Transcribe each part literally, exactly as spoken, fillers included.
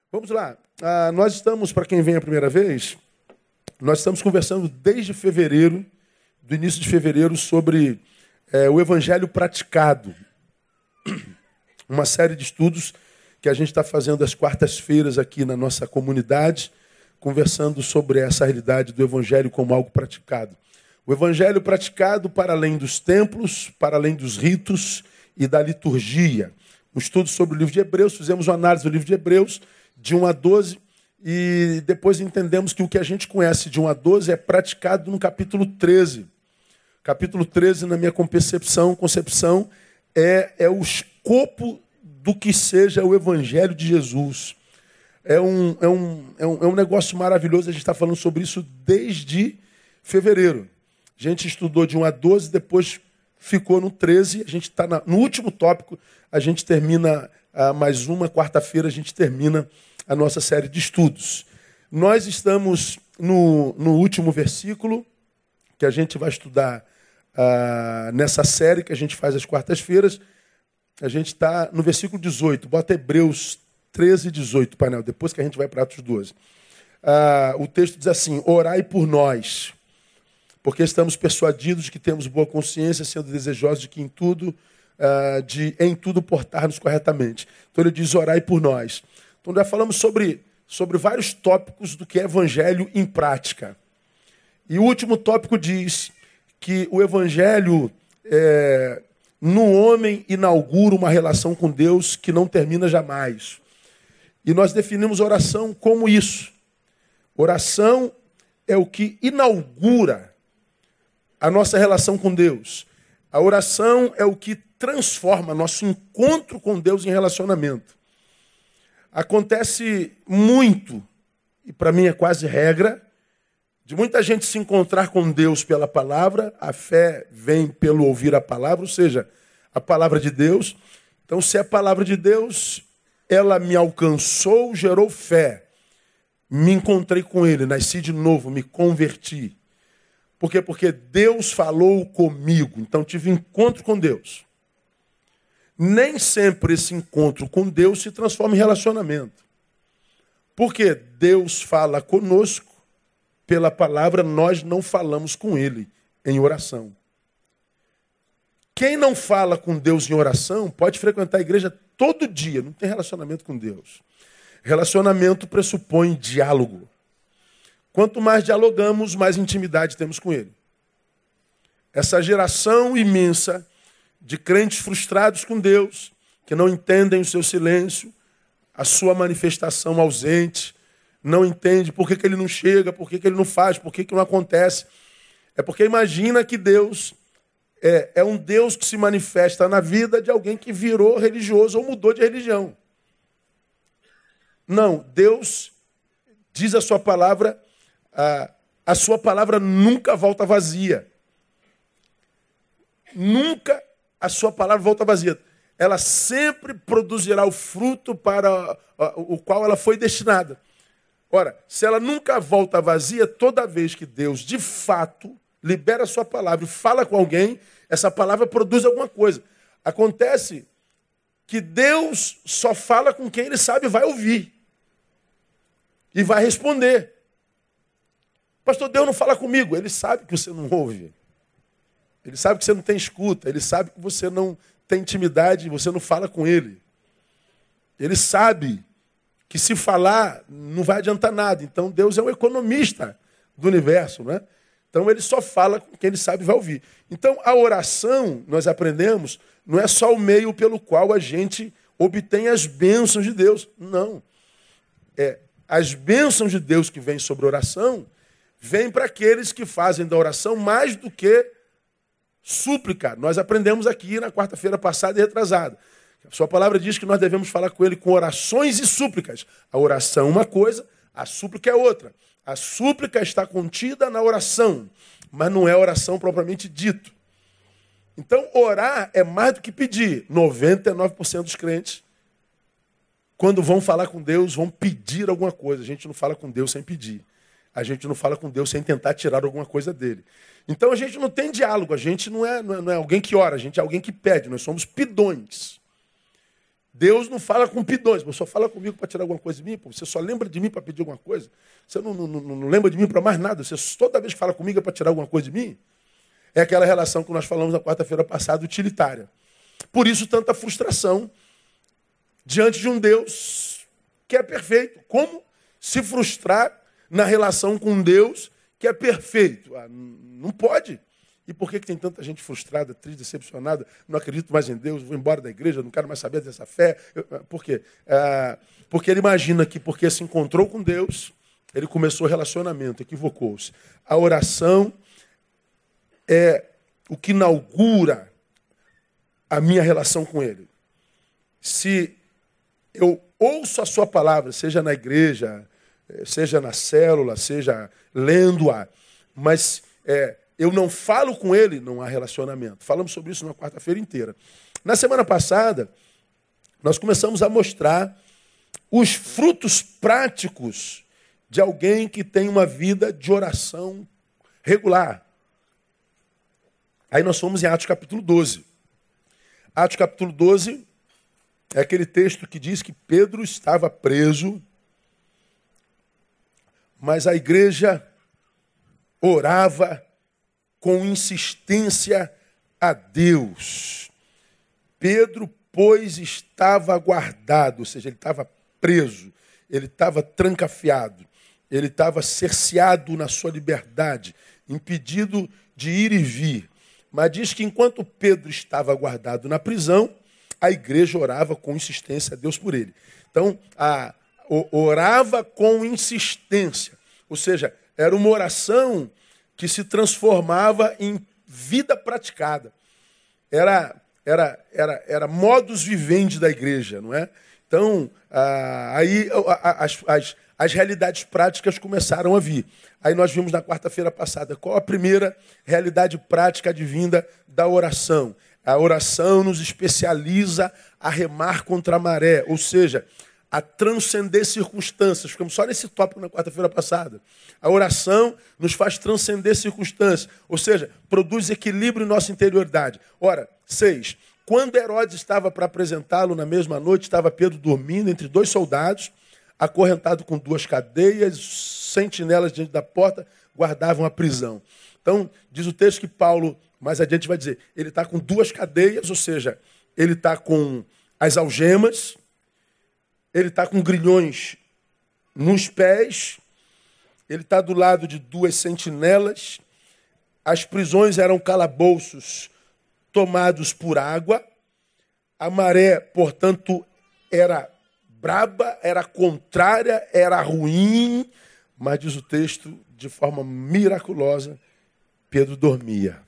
Vamos lá. Ah, nós estamos, para quem vem a primeira vez, nós estamos conversando desde fevereiro, do início de fevereiro, sobre é, o evangelho praticado. Uma série de estudos que a gente está fazendo às quartas-feiras aqui na nossa comunidade, conversando sobre essa realidade do evangelho como algo praticado. O evangelho praticado para além dos templos, para além dos ritos e da liturgia. Um estudo sobre o livro de Hebreus, fizemos uma análise do livro de Hebreus, de um a doze, e depois entendemos que o que a gente conhece de um a doze é praticado no capítulo treze. Capítulo treze, na minha concepção, concepção é, é o escopo do que seja o Evangelho de Jesus. É um, é um, é um, é um negócio maravilhoso, a gente está falando sobre isso desde fevereiro. A gente estudou de um a doze, depois ficou no treze, a gente está no último tópico, a gente termina ah, mais uma, quarta-feira a gente termina a nossa série de estudos. Nós estamos no, no último versículo, que a gente vai estudar ah, nessa série que a gente faz às quartas-feiras. A gente está no versículo dezoito. Bota Hebreus treze, dezoito, painel, depois que a gente vai para Atos doze. Ah, o texto diz assim: orai por nós, porque estamos persuadidos de que temos boa consciência, sendo desejosos de que em tudo, ah, de em tudo portar-nos corretamente. Então ele diz: orai por nós. Então já falamos sobre, sobre vários tópicos do que é evangelho em prática. E o último tópico diz que o evangelho, é, no homem, inaugura uma relação com Deus que não termina jamais. E nós definimos oração como isso. Oração é o que inaugura a nossa relação com Deus. A oração é o que transforma nosso encontro com Deus em relacionamento. Acontece muito, e para mim é quase regra, de muita gente se encontrar com Deus pela palavra. A fé vem pelo ouvir a palavra, ou seja, a palavra de Deus. Então, se é a palavra de Deus, ela me alcançou, gerou fé. Me encontrei com Ele, nasci de novo, me converti. Por quê? Porque Deus falou comigo, então tive encontro com Deus. Nem sempre esse encontro com Deus se transforma em relacionamento. Porque Deus fala conosco, pela palavra, nós não falamos com Ele em oração. Quem não fala com Deus em oração pode frequentar a igreja todo dia, não tem relacionamento com Deus. Relacionamento pressupõe diálogo. Quanto mais dialogamos, mais intimidade temos com Ele. Essa geração imensa de crentes frustrados com Deus, que não entendem o seu silêncio, a sua manifestação ausente, não entende por que, que ele não chega, por que, que ele não faz, por que, que não acontece. É porque imagina que Deus é, é um Deus que se manifesta na vida de alguém que virou religioso ou mudou de religião. Não, Deus diz a sua palavra, a, a sua palavra nunca volta vazia. Nunca a sua palavra volta vazia. Ela sempre produzirá o fruto para o qual ela foi destinada. Ora, se ela nunca volta vazia, toda vez que Deus, de fato, libera a sua palavra e fala com alguém, essa palavra produz alguma coisa. Acontece que Deus só fala com quem Ele sabe vai ouvir. E vai responder. Pastor, Deus não fala comigo. Ele sabe que você não ouve. Ele sabe que você não tem escuta. Ele sabe que você não tem intimidade, você não fala com Ele. Ele sabe que se falar não vai adiantar nada. Então Deus é um economista do universo, né? Então Ele só fala com quem Ele sabe vai ouvir. Então a oração, nós aprendemos, não é só o meio pelo qual a gente obtém as bênçãos de Deus. Não. É, as bênçãos de Deus que vêm sobre a oração, vêm para aqueles que fazem da oração mais do que súplica. Nós aprendemos aqui na quarta-feira passada e retrasada. A sua palavra diz que nós devemos falar com Ele com orações e súplicas. A oração é uma coisa, a súplica é outra. A súplica está contida na oração, mas não é oração propriamente dito. Então, orar é mais do que pedir. noventa e nove por cento dos crentes, quando vão falar com Deus, vão pedir alguma coisa. A gente não fala com Deus sem pedir. A gente não fala com Deus sem tentar tirar alguma coisa dele. Então, a gente não tem diálogo. A gente não é, não é, não é alguém que ora, a gente é alguém que pede. Nós somos pidões. Deus não fala com pidões, você só fala comigo para tirar alguma coisa de mim, pô. Você só lembra de mim para pedir alguma coisa. Você não, não, não, não lembra de mim para mais nada. Você toda vez que fala comigo é para tirar alguma coisa de mim. É aquela relação que nós falamos na quarta-feira passada, utilitária. Por isso tanta frustração diante de um Deus que é perfeito. Como se frustrar na relação com um Deus que é perfeito? Ah, não pode. E por que, que tem tanta gente frustrada, triste, decepcionada? Não acredito mais em Deus, vou embora da igreja, não quero mais saber dessa fé. Por quê? Ah, porque ele imagina que porque se encontrou com Deus, ele começou o relacionamento, equivocou-se. A oração é o que inaugura a minha relação com ele. Se eu ouço a sua palavra, seja na igreja, seja na célula, seja lendo-a, mas é, eu não falo com ele, não há relacionamento. Falamos sobre isso na quarta-feira inteira. Na semana passada, nós começamos a mostrar os frutos práticos de alguém que tem uma vida de oração regular. Aí nós fomos em Atos capítulo doze. Atos capítulo doze é aquele texto que diz que Pedro estava preso, mas a igreja orava com insistência a Deus. Pedro, pois, estava guardado, ou seja, ele estava preso, ele estava trancafiado, ele estava cerceado na sua liberdade, impedido de ir e vir. Mas diz que enquanto Pedro estava guardado na prisão, a igreja orava com insistência a Deus por ele. Então, a, o, orava com insistência, ou seja, era uma oração que se transformava em vida praticada. Era, era, era, era modus vivendi da igreja, não é? Então, ah, aí as, as, as realidades práticas começaram a vir. Aí nós vimos na quarta-feira passada qual a primeira realidade prática advinda da oração. A oração nos especializa a remar contra a maré, ou seja, a transcender circunstâncias. Ficamos só nesse tópico na quarta-feira passada. A oração nos faz transcender circunstâncias, ou seja, produz equilíbrio em nossa interioridade. Ora, seis. Quando Herodes estava para apresentá-lo na mesma noite, estava Pedro dormindo entre dois soldados, acorrentado com duas cadeias, sentinelas diante da porta guardavam a prisão. Então, diz o texto que Paulo, mais adiante, vai dizer, ele está com duas cadeias, ou seja, ele está com as algemas, ele está com grilhões nos pés, ele está do lado de duas sentinelas, as prisões eram calabouços tomados por água, a maré, portanto, era braba, era contrária, era ruim, mas diz o texto, de forma miraculosa, Pedro dormia.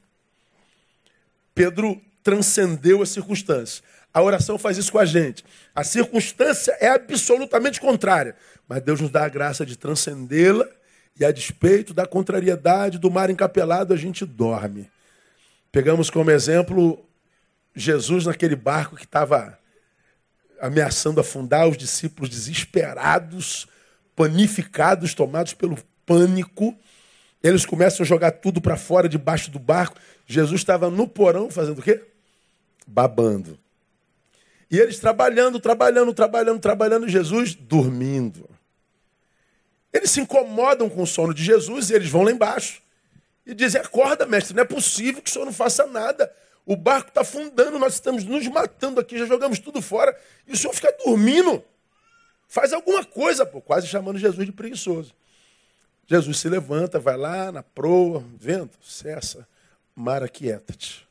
Pedro transcendeu as circunstâncias. A oração faz isso com a gente. A circunstância é absolutamente contrária, mas Deus nos dá a graça de transcendê-la e, a despeito da contrariedade do mar encapelado, a gente dorme. Pegamos como exemplo Jesus naquele barco que estava ameaçando afundar, os discípulos desesperados, panificados, tomados pelo pânico. Eles começam a jogar tudo para fora, debaixo do barco. Jesus estava no porão fazendo o quê? Babando. E eles trabalhando, trabalhando, trabalhando, trabalhando, Jesus dormindo. Eles se incomodam com o sono de Jesus e eles vão lá embaixo. E dizem, acorda, mestre, não é possível que o senhor não faça nada. O barco está afundando, nós estamos nos matando aqui, já jogamos tudo fora. E o senhor fica dormindo. Faz alguma coisa, pô, quase chamando Jesus de preguiçoso. Jesus se levanta, vai lá na proa, vento, cessa, mar aquieta-te.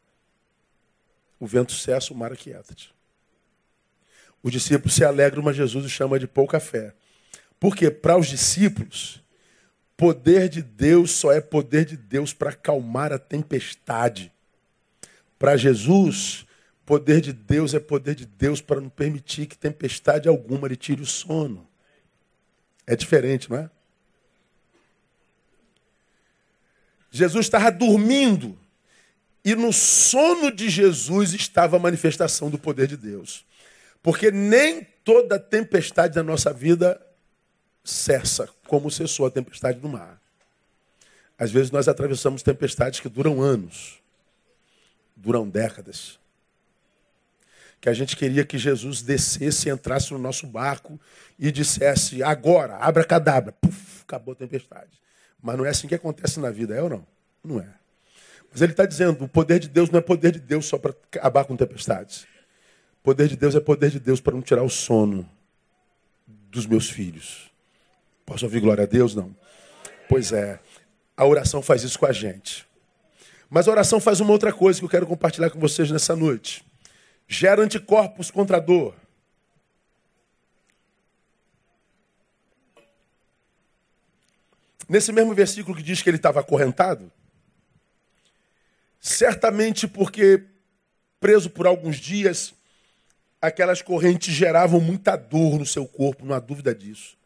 O vento cessa, o mar aquieta-te. Os discípulos se alegram, mas Jesus os chama de pouca fé. Porque para os discípulos, poder de Deus só é poder de Deus para acalmar a tempestade. Para Jesus, poder de Deus é poder de Deus para não permitir que tempestade alguma lhe tire o sono. É diferente, não é? Jesus estava dormindo e no sono de Jesus estava a manifestação do poder de Deus. Porque nem toda tempestade da nossa vida cessa, como cessou a tempestade do mar. Às vezes nós atravessamos tempestades que duram anos, duram décadas, que a gente queria que Jesus descesse, entrasse no nosso barco e dissesse, agora, abracadabra, puf, acabou a tempestade. Mas não é assim que acontece na vida, é ou não? Não é. Mas ele está dizendo, o poder de Deus não é poder de Deus só para acabar com tempestades. O poder de Deus é poder de Deus para não tirar o sono dos meus filhos. Posso ouvir glória a Deus? Não. Pois é, a oração faz isso com a gente. Mas a oração faz uma outra coisa que eu quero compartilhar com vocês nessa noite. Gera anticorpos contra a dor. Nesse mesmo versículo que diz que ele estava acorrentado, certamente porque preso por alguns dias, aquelas correntes geravam muita dor no seu corpo, não há dúvida disso.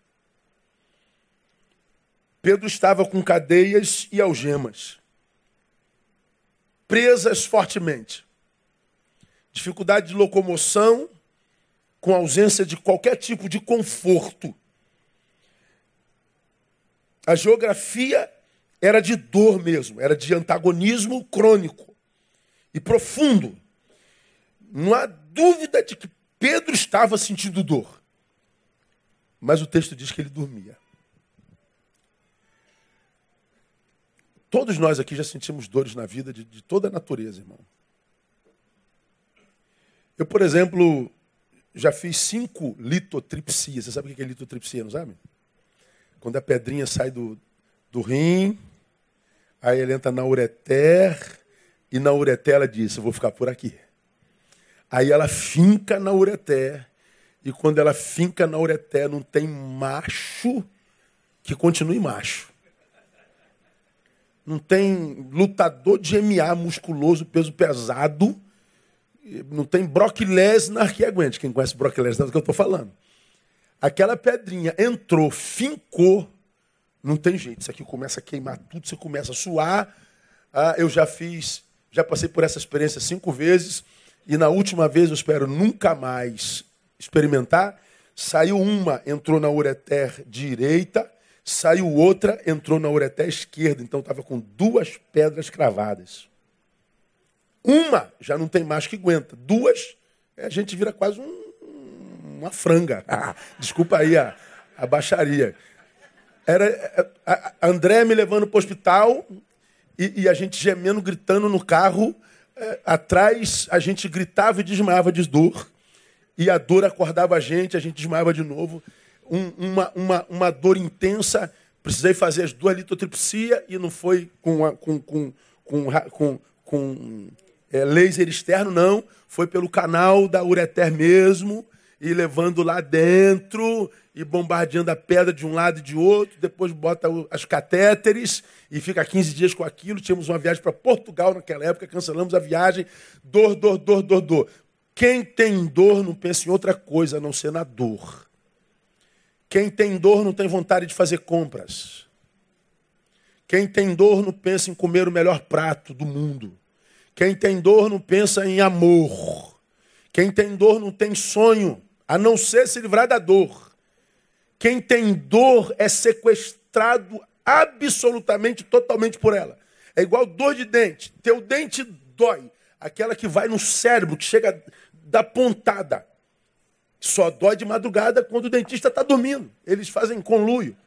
Pedro estava com cadeias e algemas, presas fortemente. Dificuldade de locomoção, com ausência de qualquer tipo de conforto. A geografia era de dor mesmo, era de antagonismo crônico e profundo. Não há dúvida de que Pedro estava sentindo dor. Mas o texto diz que ele dormia. Todos nós aqui já sentimos dores na vida de, de toda a natureza, irmão. Eu, por exemplo, já fiz cinco litotripsias. Você sabe o que é litotripsia, não sabe? Quando a pedrinha sai do, do rim, aí ela entra na ureter, e na ureter ela diz, eu vou ficar por aqui. Aí ela finca na ureter, e quando ela finca na ureter, não tem macho que continue macho. Não tem lutador de M M A musculoso, peso pesado, não tem Brock Lesnar que aguente. Quem conhece Brock Lesnar sabe do que eu estou falando. Aquela pedrinha entrou, fincou, não tem jeito. Isso aqui começa a queimar tudo, você começa a suar. Ah, eu já fiz, já passei por essa experiência cinco vezes, e na última vez eu espero nunca mais experimentar. Saiu uma, entrou na ureter direita, saiu outra, entrou na ureter esquerda. Então estava com duas pedras cravadas. Uma já não tem mais que aguenta. Duas, a gente vira quase um uma franga. Ah, desculpa aí a, a baixaria. Era a, a André me levando para o hospital e, e a gente gemendo, gritando no carro. É, atrás a gente gritava e desmaiava de dor. E a dor acordava a gente, a gente desmaiava de novo. Um, uma, uma, uma dor intensa. Precisei fazer as duas litotripsia e não foi com, a, com, com, com, com, com é, laser externo, não. Foi pelo canal da ureter mesmo. E levando lá dentro, e bombardeando a pedra de um lado e de outro, depois bota as catéteres e fica quinze dias com aquilo. Tínhamos uma viagem para Portugal naquela época, cancelamos a viagem, dor, dor, dor, dor, dor. Quem tem dor não pensa em outra coisa a não ser na dor. Quem tem dor não tem vontade de fazer compras. Quem tem dor não pensa em comer o melhor prato do mundo. Quem tem dor não pensa em amor. Quem tem dor não tem sonho, a não ser se livrar da dor. Quem tem dor é sequestrado absolutamente, totalmente por ela. É igual dor de dente. Teu dente dói. Aquela que vai no cérebro, que chega da pontada. Só dói de madrugada quando o dentista está dormindo. Eles fazem conluio.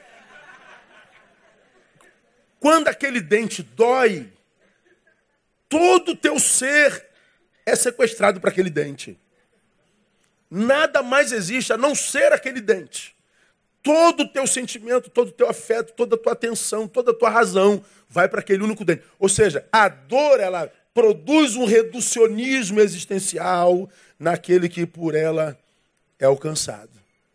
Quando aquele dente dói, todo o teu ser é sequestrado para aquele dente. Nada mais existe a não ser aquele dente. Todo o teu sentimento, todo o teu afeto, toda a tua atenção, toda a tua razão vai para aquele único dente. Ou seja, a dor, ela produz um reducionismo existencial naquele que por ela é alcançado.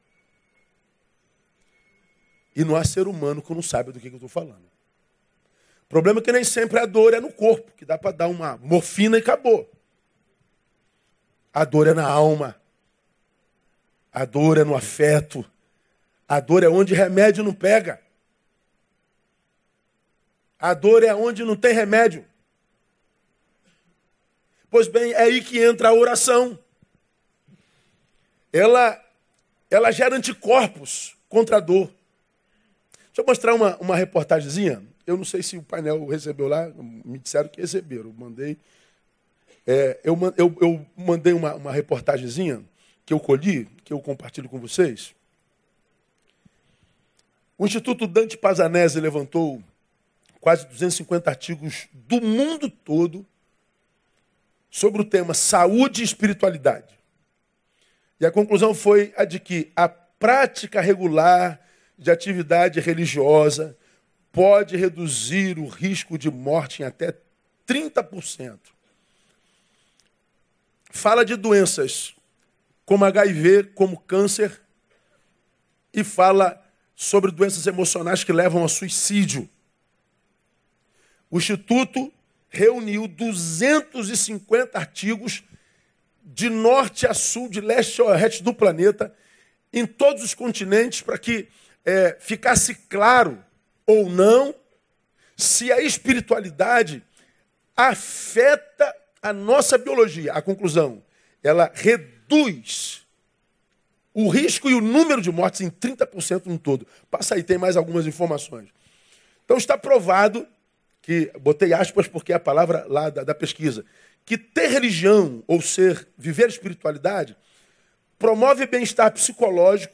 E não há ser humano que não sabe do que eu estou falando. O problema é que nem sempre a dor é no corpo, que dá para dar uma morfina e acabou. A dor é na alma. A dor é no afeto. A dor é onde remédio não pega. A dor é onde não tem remédio. Pois bem, é aí que entra a oração. Ela, ela gera anticorpos contra a dor. Deixa eu mostrar uma, uma reportagemzinha. Eu não sei se o painel recebeu lá. Me disseram que receberam. Eu mandei. É, eu, eu, eu mandei uma, uma reportagenzinha que eu colhi, que eu compartilho com vocês. O Instituto Dante Pazzanese levantou quase duzentos e cinquenta artigos do mundo todo sobre o tema saúde e espiritualidade. E a conclusão foi a de que a prática regular de atividade religiosa pode reduzir o risco de morte em até trinta por cento. Fala de doenças como agá i vê, como câncer, e fala sobre doenças emocionais que levam ao suicídio. O Instituto reuniu duzentos e cinquenta artigos de norte a sul, de leste a oeste do planeta, em todos os continentes, para que é, ficasse claro ou não se a espiritualidade afeta a nossa biologia. A conclusão, ela reduz o risco e o número de mortes em trinta por cento no todo. Passa aí, tem mais algumas informações. Então está provado que, botei aspas porque é a palavra lá da, da pesquisa, que ter religião, ou ser, viver espiritualidade, promove bem-estar psicológico,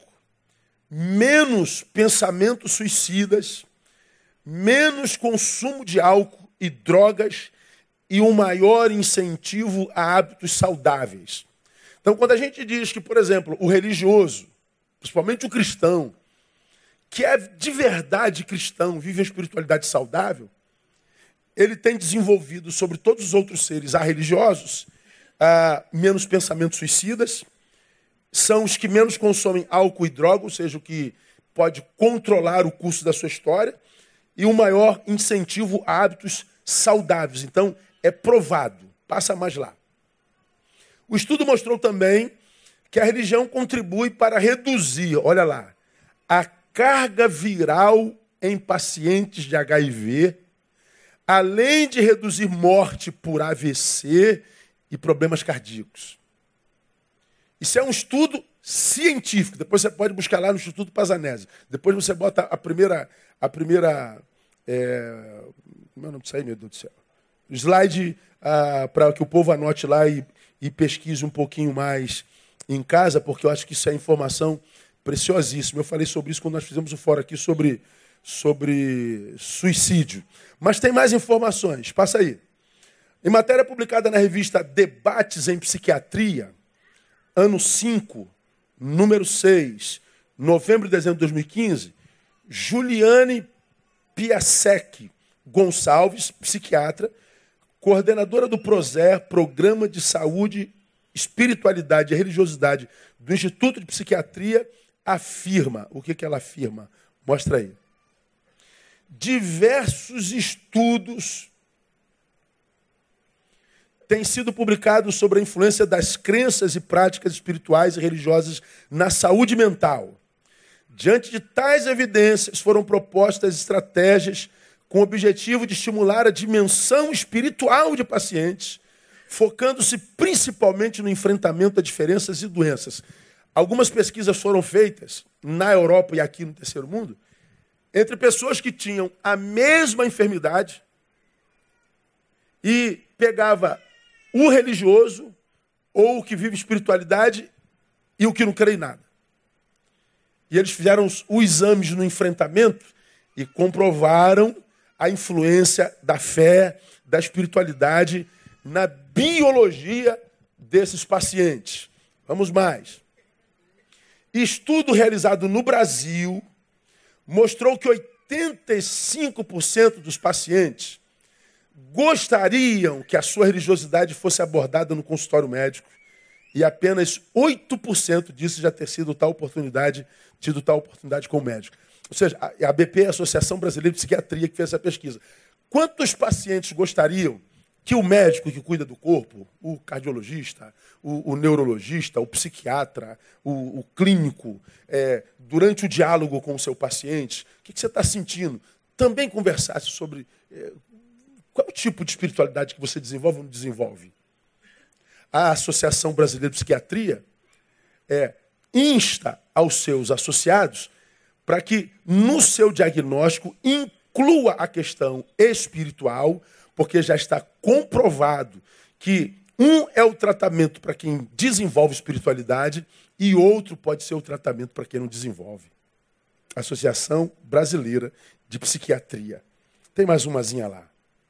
menos pensamentos suicidas, menos consumo de álcool e drogas e um maior incentivo a hábitos saudáveis. Então, quando a gente diz que, por exemplo, o religioso, principalmente o cristão, que é de verdade cristão, vive a espiritualidade saudável, ele tem desenvolvido sobre todos os outros seres arreligiosos ah, menos pensamentos suicidas, são os que menos consomem álcool e droga, ou seja, o que pode controlar o curso da sua história, e um maior incentivo a hábitos saudáveis. Então, é provado. Passa mais lá. O estudo mostrou também que a religião contribui para reduzir, olha lá, a carga viral em pacientes de agá i vê, além de reduzir morte por á vê cê e problemas cardíacos. Isso é um estudo científico. Depois você pode buscar lá no Instituto Pazzanese. Depois você bota a primeira... A primeira é... Como é o nome disso aí, meu Deus do céu? Slide ah, para que o povo anote lá e, e pesquise um pouquinho mais em casa, porque eu acho que isso é informação preciosíssima. Eu falei sobre isso quando nós fizemos o fórum aqui sobre, sobre suicídio. Mas tem mais informações. Passa aí. Em matéria publicada na revista Debates em Psiquiatria, ano cinco, número seis, novembro e dezembro de dois mil e quinze, Juliane Piasek Gonçalves, psiquiatra, coordenadora do PROSER, Programa de Saúde, Espiritualidade e Religiosidade do Instituto de Psiquiatria, afirma. O que que ela afirma? Mostra aí. Diversos estudos têm sido publicados sobre a influência das crenças e práticas espirituais e religiosas na saúde mental. Diante de tais evidências, foram propostas estratégias com o objetivo de estimular a dimensão espiritual de pacientes, focando-se principalmente no enfrentamento a diferenças e doenças. Algumas pesquisas foram feitas na Europa e aqui no Terceiro Mundo, entre pessoas que tinham a mesma enfermidade e pegava o religioso ou o que vive espiritualidade e o que não crê em nada. E eles fizeram os, os exames no enfrentamento e comprovaram a influência da fé, da espiritualidade na biologia desses pacientes. Vamos mais. Estudo realizado no Brasil mostrou que oitenta e cinco por cento dos pacientes gostariam que a sua religiosidade fosse abordada no consultório médico e apenas oito por cento disso já ter sido tal oportunidade, tido tal oportunidade com o médico. Ou seja, a A B P, a Associação Brasileira de Psiquiatria, que fez essa pesquisa. Quantos pacientes gostariam que o médico que cuida do corpo, o cardiologista, o, o neurologista, o psiquiatra, o, o clínico, é, durante o diálogo com o seu paciente, o que, que você está sentindo? Também conversasse sobre é, qual é o tipo de espiritualidade que você desenvolve ou não desenvolve. A Associação Brasileira de Psiquiatria é, insta aos seus associados para que no seu diagnóstico inclua a questão espiritual, porque já está comprovado que Um é o tratamento para quem desenvolve espiritualidade e outro pode ser o tratamento para quem não desenvolve. Associação Brasileira de Psiquiatria. Tem mais umazinha lá.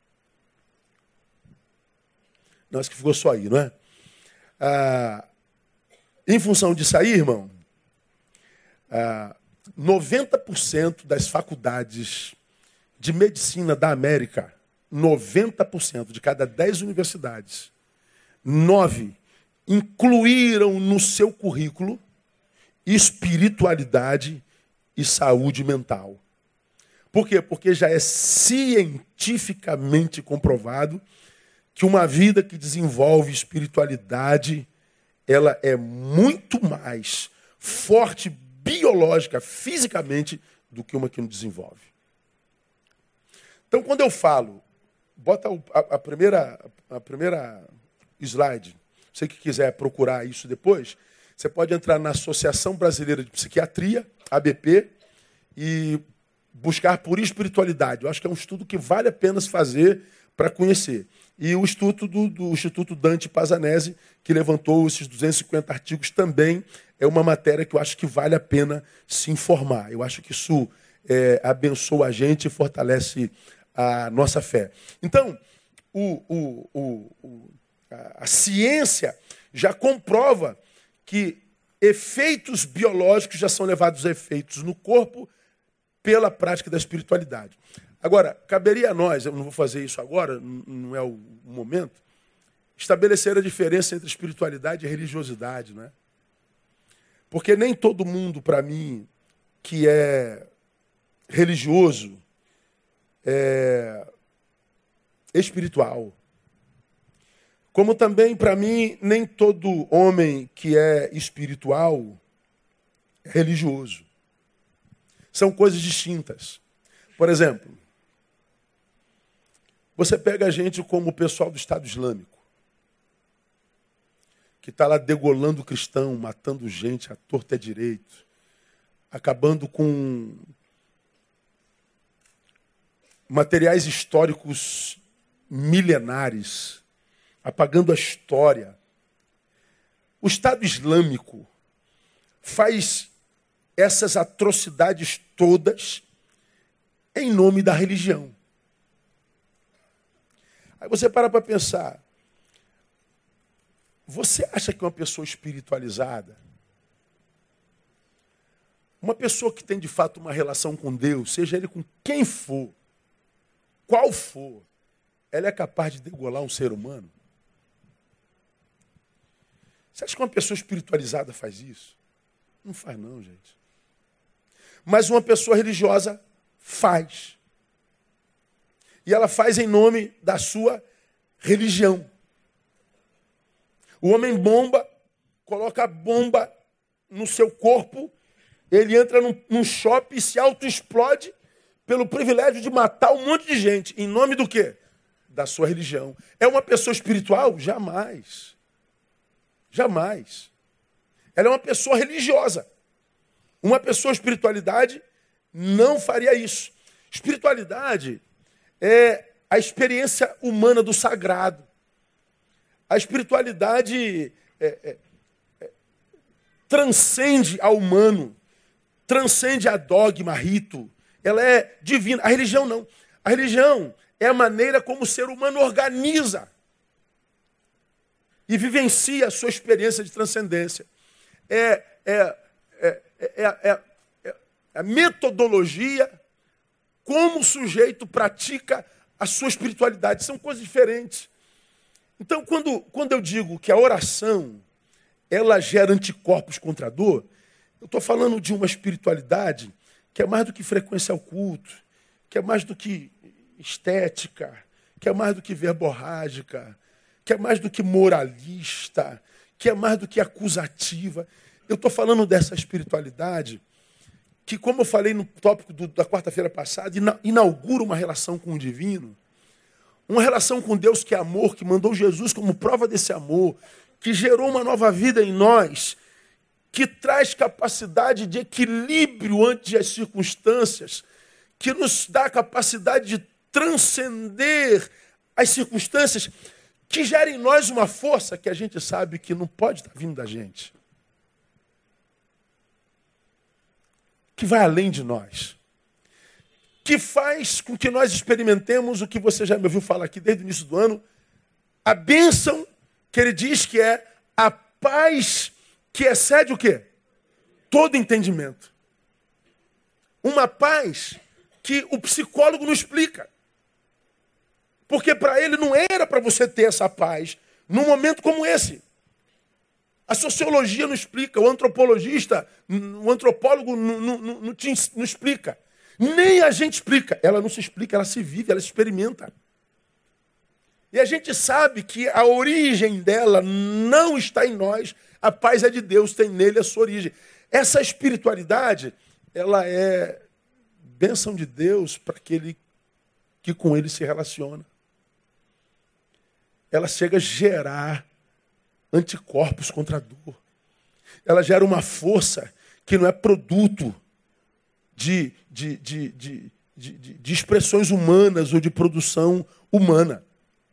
Não, acho que ficou só aí, não é? Ah, em função disso aí, irmão, ah, noventa por cento das faculdades de medicina da América, noventa por cento de cada dez universidades, nove incluíram no seu currículo espiritualidade e saúde mental. Por quê? Porque já é cientificamente comprovado que uma vida que desenvolve espiritualidade, ela é muito mais forte biológica, fisicamente, do que uma que não desenvolve. Então, quando eu falo, bota a, a, primeira, a primeira slide, você que quiser procurar isso depois, você pode entrar na Associação Brasileira de Psiquiatria, A B P, e buscar por espiritualidade. Eu acho que é um estudo que vale a pena se fazer para conhecer. E o Instituto do, do Instituto Dante Pazanese, que levantou esses duzentos e cinquenta artigos, também é uma matéria que eu acho que vale a pena se informar. Eu acho que isso é, abençoa a gente e fortalece a nossa fé. Então, o, o, o, o, a, a ciência já comprova que efeitos biológicos já são levados a efeitos no corpo pela prática da espiritualidade. Agora, caberia a nós, eu não vou fazer isso agora, não é o momento, estabelecer a diferença entre espiritualidade e religiosidade, né? Porque nem todo mundo, para mim, que é religioso, é espiritual. Como também, para mim, nem todo homem que é espiritual é religioso. São coisas distintas. Por exemplo, você pega a gente como o pessoal do Estado Islâmico, que está lá degolando o cristão, matando gente à torta e à direito, acabando com materiais históricos milenares, apagando a história. O Estado Islâmico faz essas atrocidades todas em nome da religião. Aí você para para pensar, você acha que uma pessoa espiritualizada, uma pessoa que tem de fato uma relação com Deus, seja ele com quem for, qual for, ela é capaz de degolar um ser humano? Você acha que uma pessoa espiritualizada faz isso? Não faz não, gente. Mas uma pessoa religiosa faz. E ela faz em nome da sua religião. O homem bomba, coloca a bomba no seu corpo, ele entra num, num shopping e se autoexplode pelo privilégio de matar um monte de gente. Em nome do quê? Da sua religião. É uma pessoa espiritual? Jamais. Jamais. Ela é uma pessoa religiosa. Uma pessoa espiritualidade não faria isso. Espiritualidade é a experiência humana do sagrado. A espiritualidade é, é, é, transcende ao humano, transcende a dogma, a rito. Ela é divina. A religião não. A religião é a maneira como o ser humano organiza e vivencia a sua experiência de transcendência. É, é, é, é, é, é a metodologia como o sujeito pratica a sua espiritualidade. São coisas diferentes. Então, quando, quando eu digo que a oração ela gera anticorpos contra a dor, eu estou falando de uma espiritualidade que é mais do que frequência ao culto, que é mais do que estética, que é mais do que verborrágica, que é mais do que moralista, que é mais do que acusativa. Eu estou falando dessa espiritualidade que, como eu falei no tópico do, da quarta-feira passada, ina, inaugura uma relação com o divino, uma relação com Deus que é amor, que mandou Jesus como prova desse amor, que gerou uma nova vida em nós, que traz capacidade de equilíbrio ante as circunstâncias, que nos dá a capacidade de transcender as circunstâncias, que gera em nós uma força que a gente sabe que não pode estar vindo da gente. Que vai além de nós. Que faz com que nós experimentemos o que você já me ouviu falar aqui desde o início do ano, a bênção que ele diz que é a paz que excede o quê? Todo entendimento. Uma paz que o psicólogo não explica. Porque para ele não era para você ter essa paz num momento como esse. A sociologia não explica, o antropologista, o antropólogo não, não, não, não, te, não explica. Nem a gente explica. Ela não se explica, ela se vive, ela experimenta. E a gente sabe que a origem dela não está em nós. A paz é de Deus, tem nele a sua origem. Essa espiritualidade, ela é bênção de Deus para aquele que com ele se relaciona. Ela chega a gerar anticorpos contra a dor. Ela gera uma força que não é produto de, de, de, de, de, de expressões humanas ou de produção humana.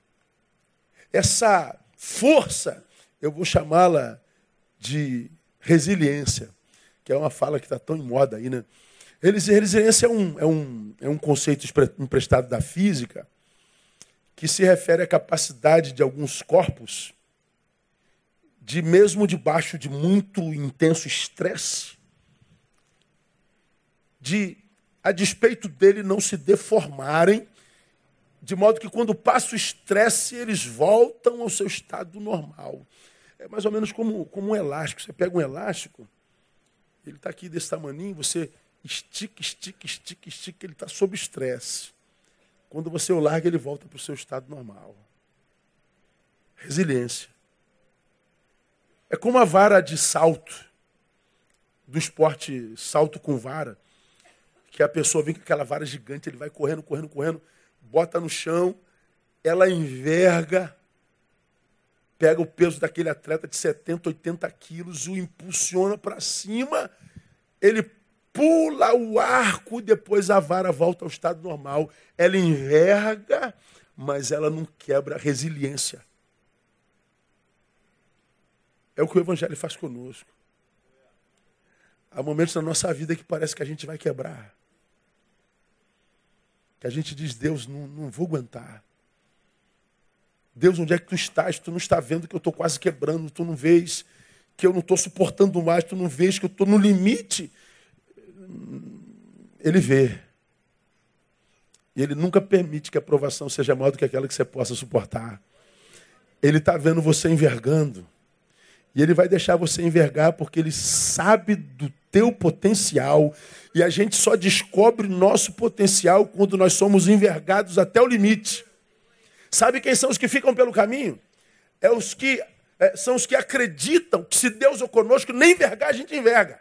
Essa força, eu vou chamá-la de resiliência, que é uma fala que está tão em moda aí, né? Resiliência é um, é um, é um conceito emprestado da física que se refere à capacidade de alguns corpos de, mesmo debaixo de muito intenso estresse, de, a despeito dele, não se deformarem, de modo que quando passa o estresse, eles voltam ao seu estado normal. É mais ou menos como, como um elástico. Você pega um elástico, ele está aqui desse tamaninho, você estica, estica, estica, estica, ele está sob estresse. Quando você o larga, ele volta para o seu estado normal. Resiliência. É como a vara de salto, do esporte salto com vara, que a pessoa vem com aquela vara gigante, ele vai correndo, correndo, correndo, bota no chão, ela enverga, pega o peso daquele atleta de setenta, oitenta quilos, o impulsiona para cima, ele pula o arco, depois a vara volta ao estado normal. Ela enverga, mas ela não quebra a resiliência. É o que o Evangelho faz conosco. Há momentos na nossa vida que parece que a gente vai quebrar. Que a gente diz, Deus, não, não vou aguentar. Deus, onde é que tu estás? Tu não está vendo que eu estou quase quebrando, tu não vês que eu não estou suportando mais, tu não vês que eu estou no limite. Ele vê. E ele nunca permite que a provação seja maior do que aquela que você possa suportar. Ele está vendo você envergando. E ele vai deixar você envergar porque ele sabe do teu potencial. E a gente só descobre nosso potencial quando nós somos envergados até o limite. Sabe quem são os que ficam pelo caminho? É os que, é, são os que acreditam que se Deus é conosco, nem envergar a gente enverga.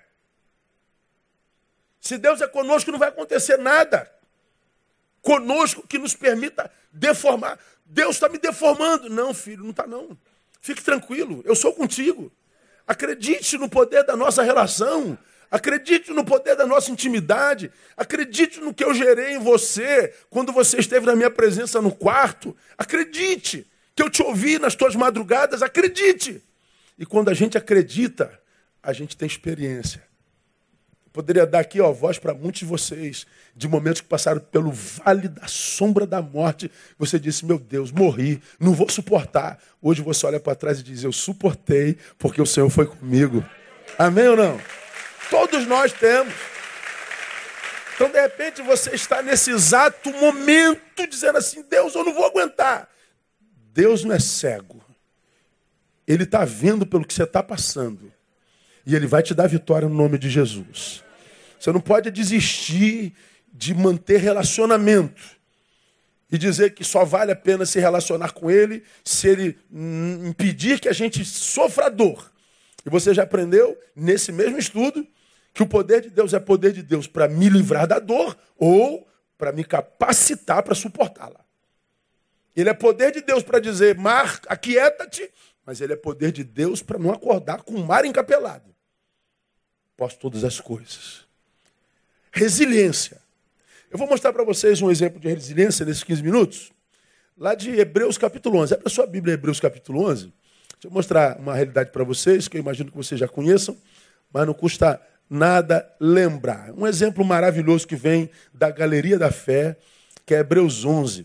Se Deus é conosco, não vai acontecer nada conosco que nos permita deformar. Deus está me deformando. Não, filho, não está não. Fique tranquilo, eu sou contigo. Acredite no poder da nossa relação. Acredite no poder da nossa intimidade. Acredite no que eu gerei em você quando você esteve na minha presença no quarto. Acredite que eu te ouvi nas tuas madrugadas. Acredite. E quando a gente acredita, a gente tem experiência. Poderia dar aqui, ó, voz para muitos de vocês, de momentos que passaram pelo vale da sombra da morte. Você disse, meu Deus, morri, não vou suportar. Hoje você olha para trás e diz, eu suportei porque o Senhor foi comigo. Amém ou não? Todos nós temos. Então, de repente, você está nesse exato momento dizendo assim, Deus, eu não vou aguentar. Deus não é cego. Ele está vendo pelo que você está passando. E ele vai te dar vitória no nome de Jesus. Você não pode desistir de manter relacionamento. E dizer que só vale a pena se relacionar com ele se ele impedir que a gente sofra dor. E você já aprendeu, nesse mesmo estudo, que o poder de Deus é poder de Deus para me livrar da dor ou para me capacitar para suportá-la. Ele é poder de Deus para dizer, mar, aquieta-te, mas ele é poder de Deus para não acordar com o mar encapelado. Posso todas as coisas. Resiliência. Eu vou mostrar para vocês um exemplo de resiliência nesses quinze minutos. lá de Hebreus capítulo onze. Abre a sua Bíblia, Hebreus capítulo onze. Deixa eu mostrar uma realidade para vocês, que eu imagino que vocês já conheçam, mas não custa nada lembrar. Um exemplo maravilhoso que vem da Galeria da Fé, que é Hebreus onze.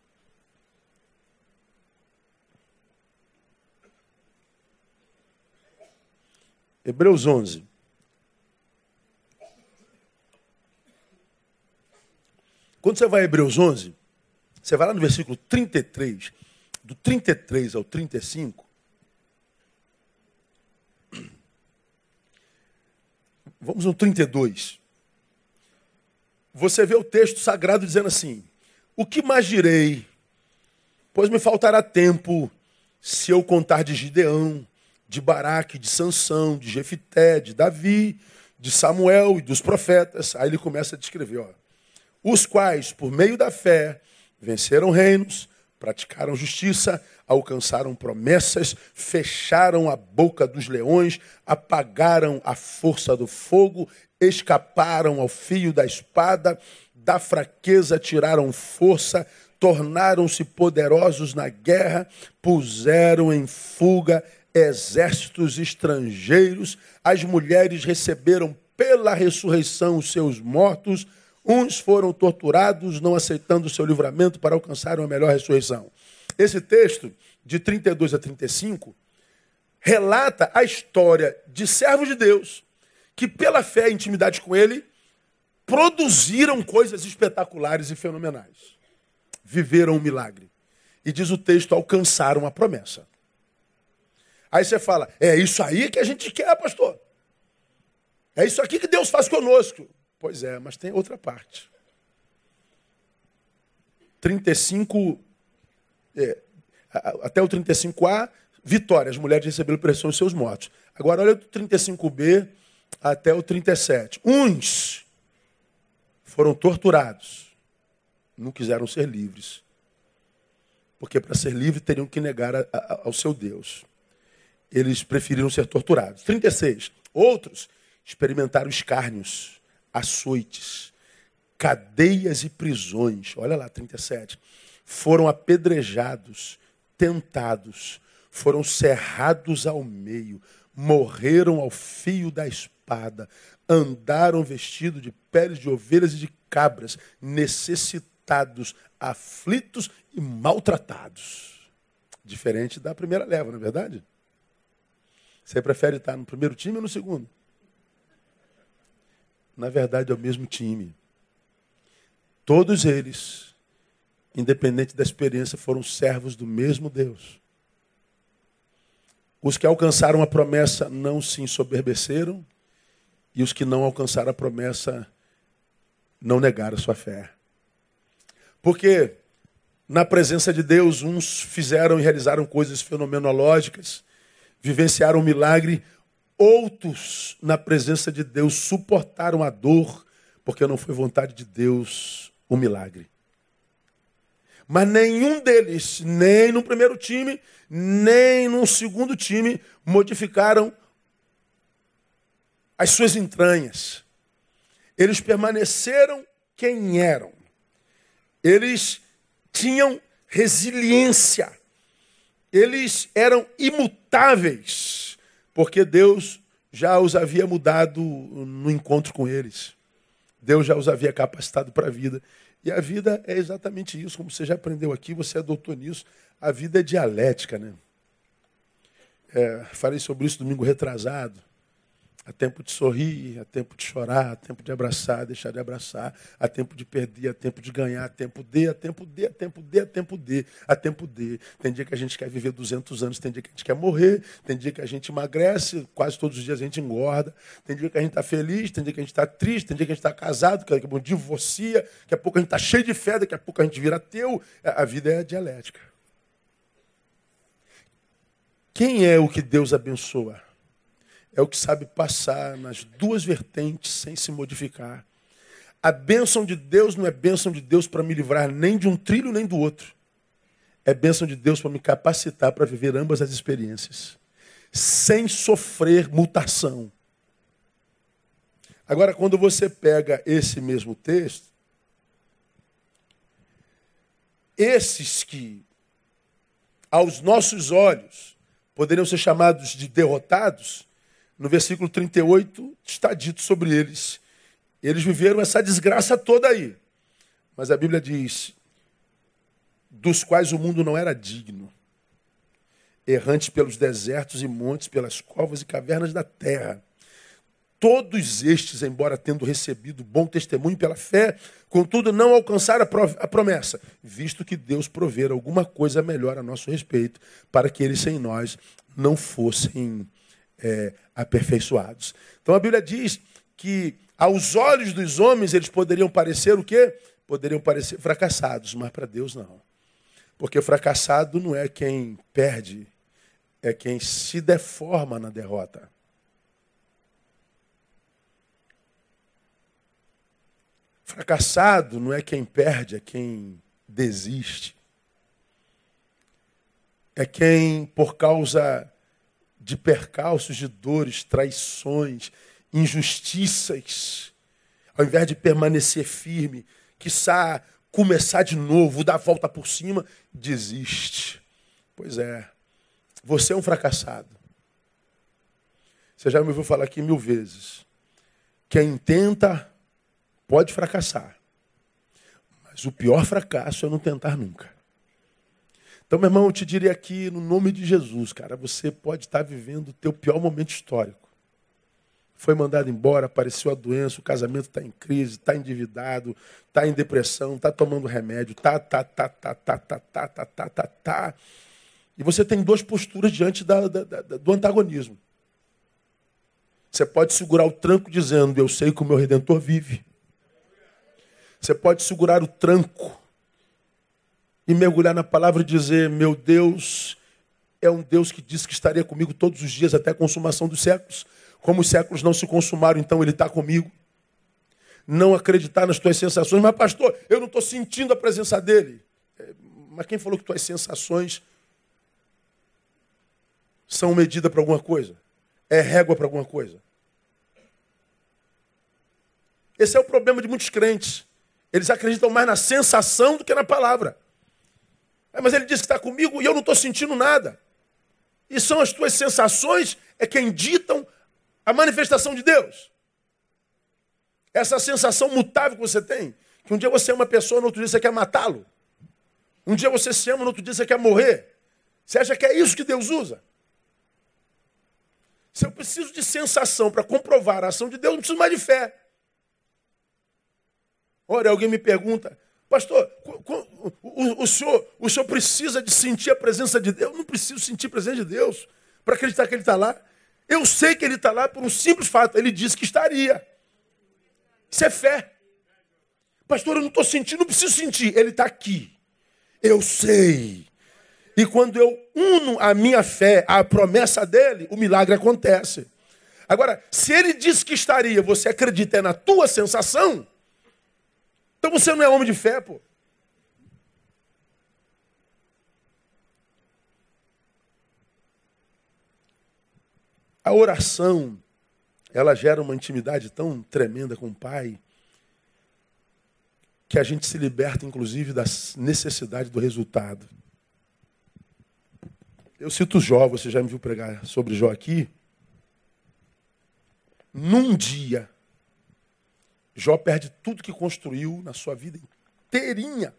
Hebreus onze. Quando você vai a Hebreus onze, você vai lá no versículo trinta e três, do trinta e três ao trinta e cinco, vamos no trinta e dois. Você vê o texto sagrado dizendo assim: o que mais direi? Pois me faltará tempo se eu contar de Gideão, de Baraque, de Sansão, de Jefité, de Davi, de Samuel e dos profetas. Aí ele começa a descrever, ó. Os quais, por meio da fé, venceram reinos, praticaram justiça, alcançaram promessas, fecharam a boca dos leões, apagaram a força do fogo, escaparam ao fio da espada, da fraqueza tiraram força, tornaram-se poderosos na guerra, puseram em fuga exércitos estrangeiros, as mulheres receberam pela ressurreição os seus mortos, uns foram torturados, não aceitando o seu livramento para alcançar uma melhor ressurreição. Esse texto, de trinta e dois a trinta e cinco, relata a história de servos de Deus que, pela fé e intimidade com Ele, produziram coisas espetaculares e fenomenais. Viveram um milagre. E diz o texto, alcançaram a promessa. Aí você fala, é isso aí que a gente quer, pastor. É isso aqui que Deus faz conosco. Pois é, mas tem outra parte. trinta e cinco, é, até o trinta e cinco A, vitória. As mulheres receberam pressão dos seus mortos. Agora olha do trinta e cinco B até o trinta e sete. Uns foram torturados. Não quiseram ser livres. Porque para ser livre teriam que negar a, a, ao seu Deus. Eles preferiram ser torturados. trinta e seis. Outros experimentaram escárnios, açoites, cadeias e prisões. Olha lá, trinta e sete. Foram apedrejados, tentados, foram cerrados ao meio, morreram ao fio da espada, andaram vestidos de peles de ovelhas e de cabras, necessitados, aflitos e maltratados. Diferente da primeira leva, não é verdade? Você prefere estar no primeiro time ou no segundo? Na verdade, é o mesmo time. Todos eles, independente da experiência, foram servos do mesmo Deus. Os que alcançaram a promessa não se ensoberbeceram, e os que não alcançaram a promessa não negaram a sua fé. Porque na presença de Deus, uns fizeram e realizaram coisas fenomenológicas, vivenciaram um milagre. Outros, na presença de Deus, suportaram a dor, porque não foi vontade de Deus o milagre. Mas nenhum deles, nem no primeiro time, nem no segundo time, modificaram as suas entranhas. Eles permaneceram quem eram. Eles tinham resiliência. Eles eram imutáveis. Porque Deus já os havia mudado no encontro com eles. Deus já os havia capacitado para a vida. E a vida é exatamente isso. Como você já aprendeu aqui, você é doutor nisso. A vida é dialética, né? É, falei sobre isso domingo retrasado. Há tempo de sorrir, há tempo de chorar, há tempo de abraçar, deixar de abraçar, há tempo de perder, há tempo de ganhar, há tempo de, há tempo de, há tempo de, há tempo de, há tempo de. Tem dia que a gente quer viver duzentos anos, tem dia que a gente quer morrer, tem dia que a gente emagrece, quase todos os dias a gente engorda, tem dia que a gente está feliz, tem dia que a gente está triste, tem dia que a gente está casado, que a gente divorcia, daqui a pouco a gente está cheio de fé, daqui a pouco a gente vira ateu. A vida é dialética. Quem é o que Deus abençoa? É o que sabe passar nas duas vertentes sem se modificar. A bênção de Deus não é bênção de Deus para me livrar nem de um trilho nem do outro. É bênção de Deus para me capacitar para viver ambas as experiências, sem sofrer mutação. Agora, quando você pega esse mesmo texto, esses que aos nossos olhos, poderiam ser chamados de derrotados, no versículo trinta e oito está dito sobre eles. Eles viveram essa desgraça toda aí. Mas a Bíblia diz, dos quais o mundo não era digno, errantes pelos desertos e montes, pelas covas e cavernas da terra. Todos estes, embora tendo recebido bom testemunho pela fé, contudo não alcançaram a promessa, visto que Deus provera alguma coisa melhor a nosso respeito, para que eles sem nós não fossem é, aperfeiçoados. Então a Bíblia diz que aos olhos dos homens eles poderiam parecer o quê? Poderiam parecer fracassados, mas para Deus não. Porque fracassado não é quem perde, é quem se deforma na derrota. Fracassado não é quem perde, é quem desiste. É quem, por causa de percalços, de dores, traições, injustiças, ao invés de permanecer firme, quiçá começar de novo, dar a volta por cima, desiste. Pois é, você é um fracassado. Você já me ouviu falar aqui mil vezes. Quem tenta pode fracassar. Mas o pior fracasso é não tentar nunca. Então, meu irmão, eu te diria aqui, no nome de Jesus, cara, você pode estar vivendo o teu pior momento histórico. Foi mandado embora, apareceu a doença, o casamento está em crise, está endividado, está em depressão, está tomando remédio, tá, tá, tá, tá, tá, tá, tá, tá, tá, tá, tá. E você tem duas posturas diante da, da, da, do antagonismo. Você pode segurar o tranco dizendo, eu sei que o meu Redentor vive. Você pode segurar o tranco e mergulhar na palavra e dizer, meu Deus é um Deus que disse que estaria comigo todos os dias até a consumação dos séculos. Como os séculos não se consumaram, então Ele está comigo. Não acreditar nas tuas sensações. Mas, pastor, eu não estou sentindo a presença dEle. Mas quem falou que tuas sensações são medida para alguma coisa? É régua para alguma coisa? Esse é o problema de muitos crentes. Eles acreditam mais na sensação do que na palavra. É, mas ele disse que está comigo e eu não estou sentindo nada. E são as tuas sensações é quem ditam a manifestação de Deus. Essa sensação mutável que você tem, que um dia você ama uma pessoa, no outro dia você quer matá-lo. Um dia você se ama, no outro dia você quer morrer. Você acha que é isso que Deus usa? Se eu preciso de sensação para comprovar a ação de Deus, não preciso mais de fé. Ora, alguém me pergunta, pastor, o, o, o, senhor, o senhor precisa de sentir a presença de Deus? Eu não preciso sentir a presença de Deus para acreditar que Ele está lá. Eu sei que Ele está lá por um simples fato. Ele disse que estaria. Isso é fé. Pastor, eu não estou sentindo, não preciso sentir. Ele está aqui. Eu sei. E quando eu uno a minha fé à promessa dEle, o milagre acontece. Agora, se Ele disse que estaria, você acredita é na tua sensação, então você não é homem de fé, pô. A oração, ela gera uma intimidade tão tremenda com o Pai, que a gente se liberta, inclusive, da necessidade do resultado. Eu cito Jó, você já me viu pregar sobre Jó aqui. Num dia, Jó perde tudo que construiu na sua vida inteirinha.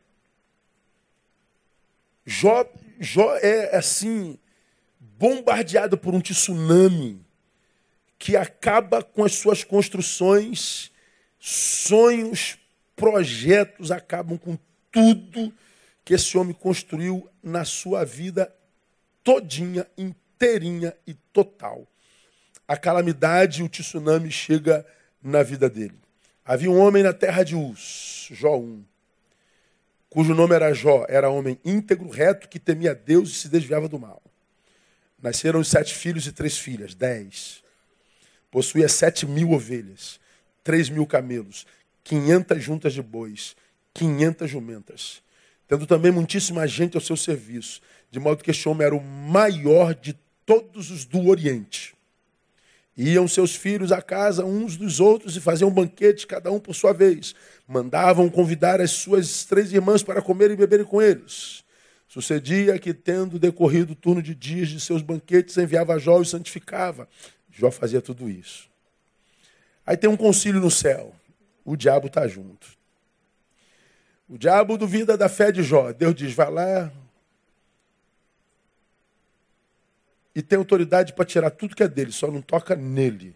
Jó, Jó é, assim, bombardeado por um tsunami que acaba com as suas construções, sonhos, projetos, acabam com tudo que esse homem construiu na sua vida todinha, inteirinha e total. A calamidade, o tsunami chega na vida dele. Havia um homem na terra de Uz, Jó um, cujo nome era Jó, era homem íntegro, reto, que temia Deus e se desviava do mal. Nasceram sete filhos e três filhas, dez. Possuía sete mil ovelhas, três mil camelos, quinhentas juntas de bois, quinhentas jumentas, tendo também muitíssima gente ao seu serviço, de modo que este homem era o maior de todos os do Oriente. Iam seus filhos à casa uns dos outros e faziam um banquete, cada um por sua vez. Mandavam convidar as suas três irmãs para comer e beberem com eles. Sucedia que, tendo decorrido o turno de dias de seus banquetes, enviava a Jó e o santificava. Jó fazia tudo isso. Aí tem um concílio no céu. O diabo está junto. O diabo duvida da fé de Jó. Deus diz, vai lá e tem autoridade para tirar tudo que é dele, só não toca nele.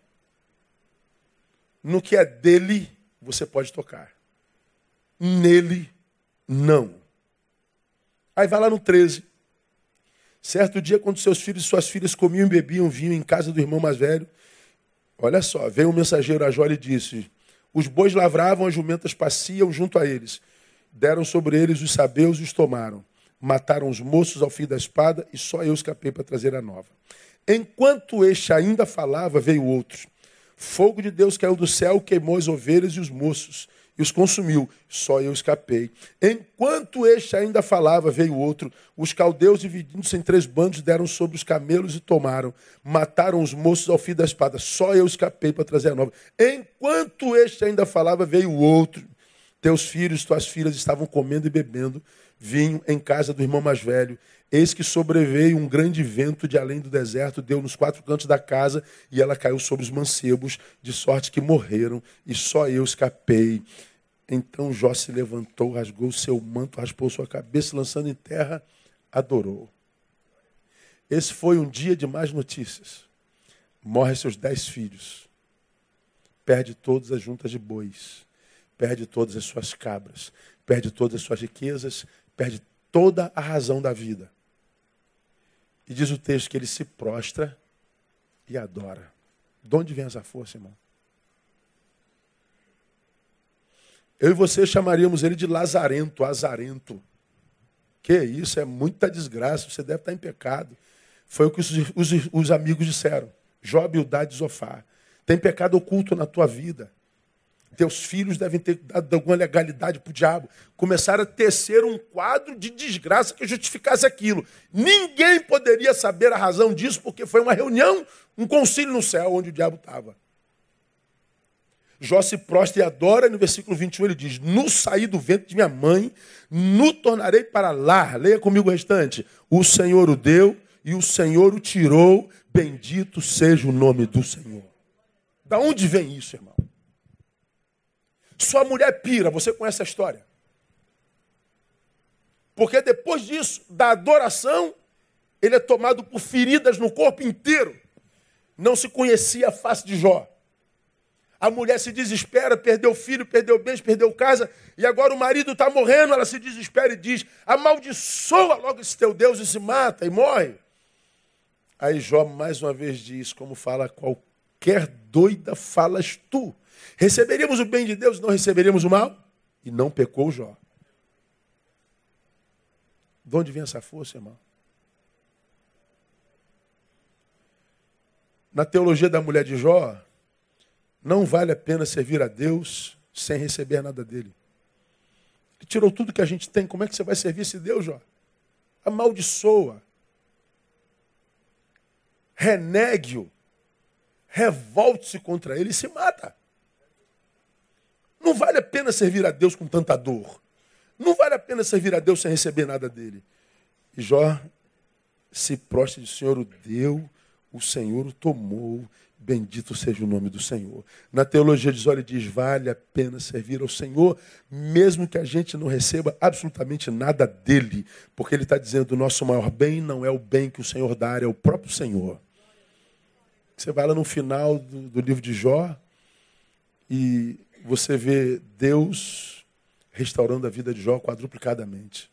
No que é dele, você pode tocar. Nele, não. Aí vai lá no treze. Certo dia, quando seus filhos e suas filhas comiam e bebiam vinho em casa do irmão mais velho, olha só, veio um mensageiro a Jó e disse, os bois lavravam, as jumentas pasciam junto a eles. Deram sobre eles os sabeus e os tomaram. Mataram os moços ao fim da espada e só eu escapei para trazer a nova. Enquanto este ainda falava, veio outro. Fogo de Deus caiu do céu, queimou as ovelhas e os moços e os consumiu. Só eu escapei. Enquanto este ainda falava, veio outro. Os caldeus, dividindo-se em três bandos, deram sobre os camelos e tomaram. Mataram os moços ao fim da espada. Só eu escapei para trazer a nova. Enquanto este ainda falava, veio outro. Teus filhos, tuas filhas estavam comendo e bebendo vinho em casa do irmão mais velho. Eis que sobreveio um grande vento de além do deserto, deu nos quatro cantos da casa, e ela caiu sobre os mancebos, de sorte que morreram, e só eu escapei. Então Jó se levantou, rasgou o seu manto, raspou sua cabeça, lançando em terra, adorou. Esse foi um dia de más notícias. Morre seus dez filhos. Perde todas as juntas de bois. Perde todas as suas cabras. Perde todas as suas riquezas. Perde toda a razão da vida. E diz o texto que ele se prostra e adora. De onde vem essa força, irmão? Eu e você chamaríamos ele de lazarento, azarento. Que isso, é muita desgraça, você deve estar em pecado. Foi o que os, os, os amigos disseram. Jó, Bildade e Zofar. Tem pecado oculto na tua vida. Teus filhos devem ter dado alguma legalidade para o diabo. Começaram a tecer um quadro de desgraça que justificasse aquilo. Ninguém poderia saber a razão disso, porque foi uma reunião, um concílio no céu, onde o diabo estava. Jó se prostra e adora, e no versículo vinte e um ele diz, no saí do ventre de minha mãe, no tornarei para lá. Leia comigo o restante. O Senhor o deu e o Senhor o tirou, bendito seja o nome do Senhor. Da onde vem isso, irmão? Sua mulher pira, você conhece a história. Porque depois disso, da adoração, ele é tomado por feridas no corpo inteiro. Não se conhecia a face de Jó. A mulher se desespera, perdeu filho, perdeu bens, perdeu casa, e agora o marido está morrendo, ela se desespera e diz, amaldiçoa logo esse teu Deus e se mata, e morre. Aí Jó mais uma vez diz, como fala qualquer doida, falas tu. Receberíamos o bem de Deus e não receberíamos o mal? E não pecou Jó. De onde vem essa força, irmão? Na teologia da mulher de Jó, não vale a pena servir a Deus sem receber nada dele. Ele tirou tudo que a gente tem. Como é que você vai servir esse Deus, Jó? Amaldiçoa. Renegue-o. Revolte-se contra ele e se mata. Não vale a pena servir a Deus com tanta dor. Não vale a pena servir a Deus sem receber nada dele. E Jó se prostra e diz, o Senhor o deu, o Senhor o tomou, bendito seja o nome do Senhor. Na teologia de Jó ele diz, vale a pena servir ao Senhor, mesmo que a gente não receba absolutamente nada dele. Porque ele está dizendo, o nosso maior bem não é o bem que o Senhor dá, é o próprio Senhor. Você vai lá no final do, do livro de Jó e você vê Deus restaurando a vida de Jó quadruplicadamente.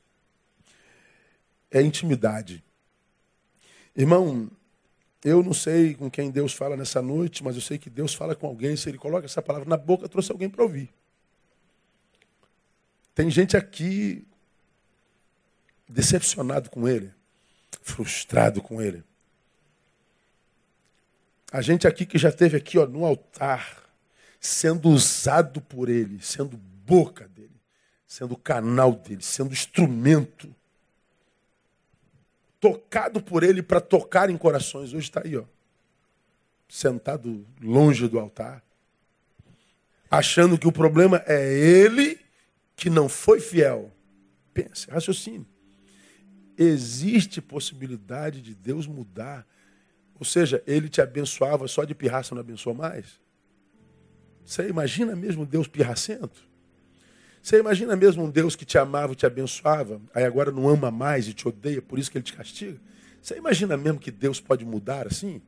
É intimidade. Irmão, eu não sei com quem Deus fala nessa noite, mas eu sei que Deus fala com alguém. Se ele coloca essa palavra na boca, trouxe alguém para ouvir. Tem gente aqui decepcionado com ele, frustrado com ele. A gente aqui que já esteve aqui ó, no altar, sendo usado por ele, sendo boca dele, sendo canal dele, sendo instrumento, tocado por ele para tocar em corações. Hoje está aí, ó, sentado longe do altar, achando que o problema é ele que não foi fiel. Pense, raciocínio. existe possibilidade de Deus mudar. Ou seja, ele te abençoava só de pirraça, não abençoa mais? Você imagina mesmo Deus pirracento? Você imagina mesmo um Deus que te amava e te abençoava, aí agora não ama mais e te odeia, por isso que ele te castiga? Você imagina mesmo que Deus pode mudar assim?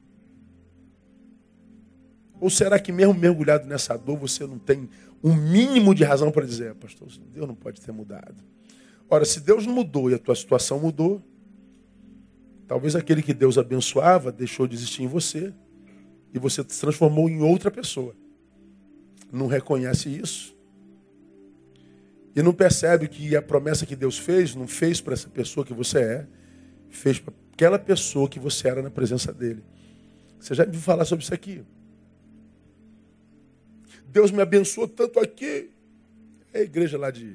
Ou será que mesmo mergulhado nessa dor, você não tem um mínimo de razão para dizer, pastor, Deus não pode ter mudado? Ora, se Deus não mudou e a tua situação mudou, talvez aquele que Deus abençoava deixou de existir em você e você se transformou em outra pessoa. Não reconhece isso e não percebe que a promessa que Deus fez, não fez para essa pessoa que você é, fez para aquela pessoa que você era na presença dele. Você já me viu falar sobre isso aqui? Deus me abençoou tanto aqui. É a igreja lá de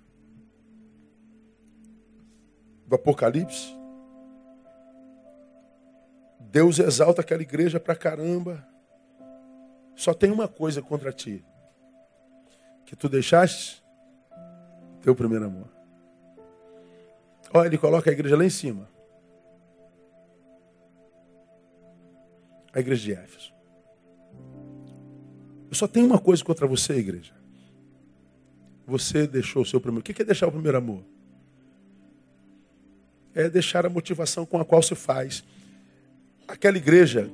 do Apocalipse. Deus exalta aquela igreja pra caramba. Só tem uma coisa contra ti. Que tu deixaste teu primeiro amor. Olha, ele coloca a igreja lá em cima. A igreja de Éfeso. Eu só tenho uma coisa contra você, igreja. Você deixou o seu primeiro... O que é deixar o primeiro amor? É deixar a motivação com a qual se faz. Aquela igreja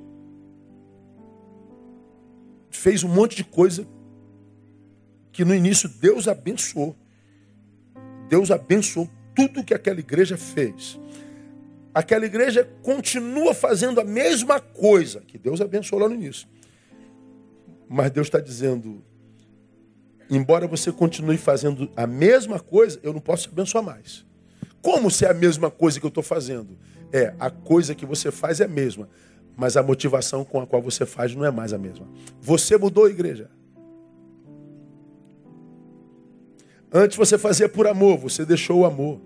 fez um monte de coisa que no início Deus abençoou. Deus abençoou tudo que aquela igreja fez. Aquela igreja continua fazendo a mesma coisa que Deus abençoou lá no início. Mas Deus está dizendo, embora você continue fazendo a mesma coisa, eu não posso te abençoar mais. Como se é a mesma coisa que eu estou fazendo? É, a coisa que você faz é a mesma, mas a motivação com a qual você faz não é mais a mesma. Você mudou, igreja. Antes você fazia por amor, você deixou o amor.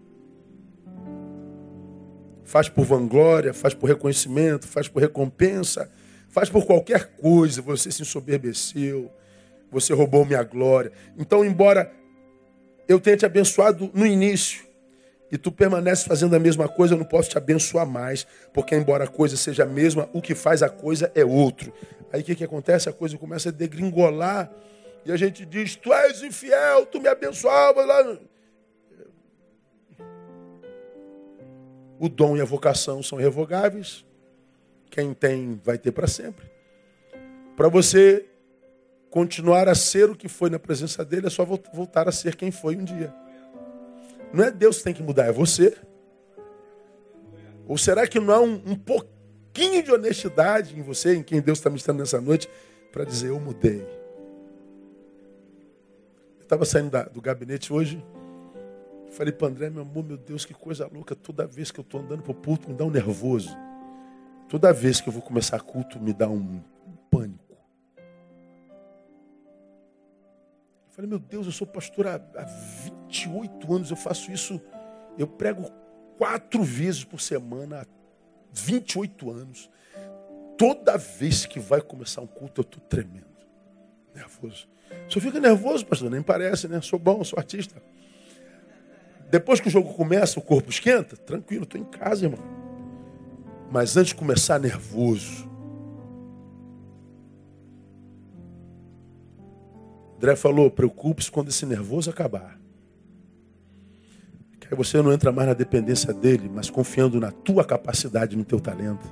Faz por vanglória, faz por reconhecimento, faz por recompensa, faz por qualquer coisa, você se ensoberbeceu, você roubou minha glória. Então, embora eu tenha te abençoado no início, e tu permaneces fazendo a mesma coisa, eu não posso te abençoar mais, porque embora a coisa seja a mesma, o que faz a coisa é outro. Aí o que, que acontece? A coisa começa a degringolar, e a gente diz, tu és infiel, tu me abençoavas lá. O dom e a vocação são irrevogáveis. Quem tem vai ter para sempre. Para você continuar a ser o que foi na presença dele, é só voltar a ser quem foi um dia. Não é Deus que tem que mudar, é você. Ou será que não há um, um pouquinho de honestidade em você, em quem Deus está ministrando nessa noite, para dizer, eu mudei. Eu estava saindo da, do gabinete hoje, falei para André, meu amor, meu Deus, que coisa louca, toda vez que eu estou andando para o púlpito me dá um nervoso. Toda vez que eu vou começar culto, me dá um pânico. Eu falei, meu Deus, eu sou pastor há, há vinte e oito anos, eu faço isso, eu prego quatro vezes por semana há vinte e oito anos. Toda vez que vai começar um culto, eu estou tremendo, nervoso. O senhor fica nervoso, pastor? Nem parece, né? Sou bom, sou artista. Depois que o jogo começa, o corpo esquenta, tranquilo, estou em casa, irmão. Mas antes de começar, nervoso. André falou, preocupe-se quando esse nervoso acabar. Que aí você não entra mais na dependência dele, mas confiando na tua capacidade, no teu talento.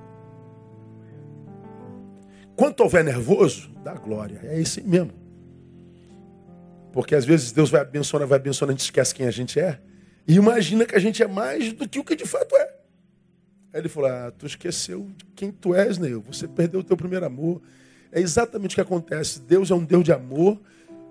Quando houver nervoso, dá glória. É isso aí mesmo. Porque às vezes Deus vai abençoando, vai abençoando, a gente esquece quem a gente é. E imagina que a gente é mais do que o que de fato é. Aí ele falou, ah, tu esqueceu quem tu és, Neil. Você perdeu o teu primeiro amor. É exatamente o que acontece. Deus é um Deus de amor,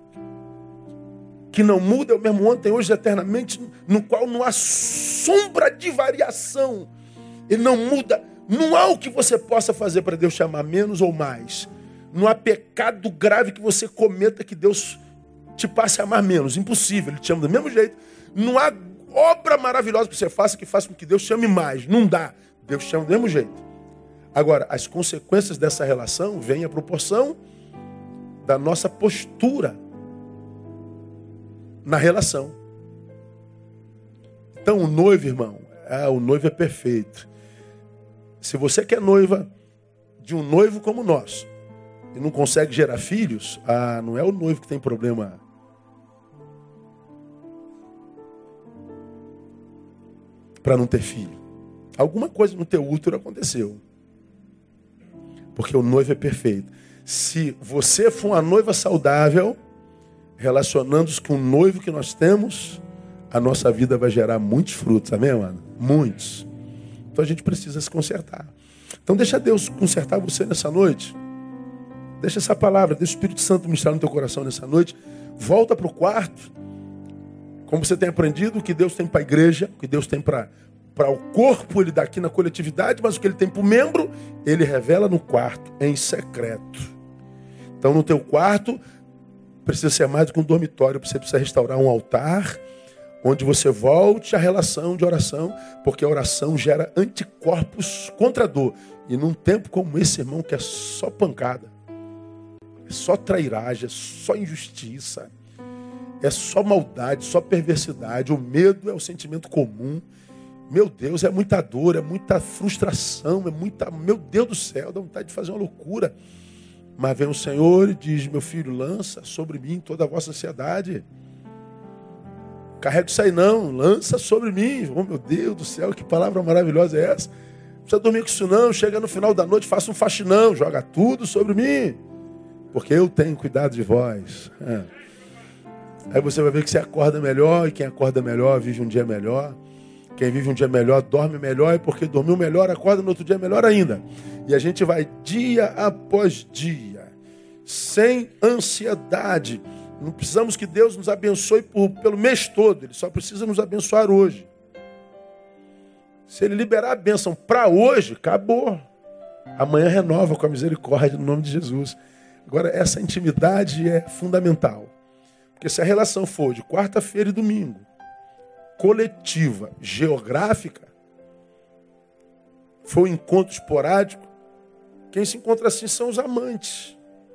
que não muda, é o mesmo ontem, hoje, eternamente, no qual não há sombra de variação. Ele não muda. Não há o que você possa fazer para Deus te amar menos ou mais. Não há pecado grave que você cometa que Deus te passe a amar menos. Impossível, Ele te ama do mesmo jeito. Não há obra maravilhosa que você faça que faça com que Deus te ame mais. Não dá. Deus te ama do mesmo jeito. Agora, as consequências dessa relação vêm à proporção da nossa postura na relação. Então, o noivo, irmão, Ah, o noivo é perfeito. Se você quer noiva de um noivo como nós e não consegue gerar filhos, ah, não é o noivo que tem problema. Para não ter filho. Alguma coisa no teu útero aconteceu. Porque o noivo é perfeito. Se você for uma noiva saudável, relacionando-se com o noivo que nós temos, a nossa vida vai gerar muitos frutos, amém, mano? Muitos. Então a gente precisa se consertar. Então deixa Deus consertar você nessa noite. Deixa essa palavra, deixa o Espírito Santo ministrar no teu coração nessa noite. Volta para o quarto. Como você tem aprendido, o que Deus tem para a igreja, o que Deus tem para o corpo, Ele dá aqui na coletividade, mas o que Ele tem para o membro, Ele revela no quarto, em secreto. Então no teu quarto, precisa ser mais do que um dormitório, você precisa restaurar um altar, onde você volte à relação de oração, porque a oração gera anticorpos contra a dor. E num tempo como esse, irmão, que é só pancada, é só trairagem, é só injustiça, é só maldade, só perversidade. O medo é o sentimento comum. Meu Deus, é muita dor, é muita frustração, é muita... Meu Deus do céu, dá vontade de fazer uma loucura. Mas vem o Senhor e diz, meu filho, lança sobre mim toda a vossa ansiedade. Carrega isso aí não, lança sobre mim. Oh, meu Deus do céu, que palavra maravilhosa é essa? Não precisa dormir com isso não, chega no final da noite, faça um faxinão, joga tudo sobre mim. Porque eu tenho cuidado de vós. É. Aí você vai ver que você acorda melhor, e quem acorda melhor vive um dia melhor. Quem vive um dia melhor dorme melhor, e porque dormiu melhor, acorda no outro dia melhor ainda. E a gente vai dia após dia, sem ansiedade. Não precisamos que Deus nos abençoe por, pelo mês todo, Ele só precisa nos abençoar hoje. Se Ele liberar a bênção para hoje, acabou. Amanhã renova com a misericórdia no nome de Jesus. Agora, essa intimidade é fundamental. Porque se a relação for de quarta-feira e domingo, coletiva, geográfica, for um encontro esporádico, quem se encontra assim são os amantes.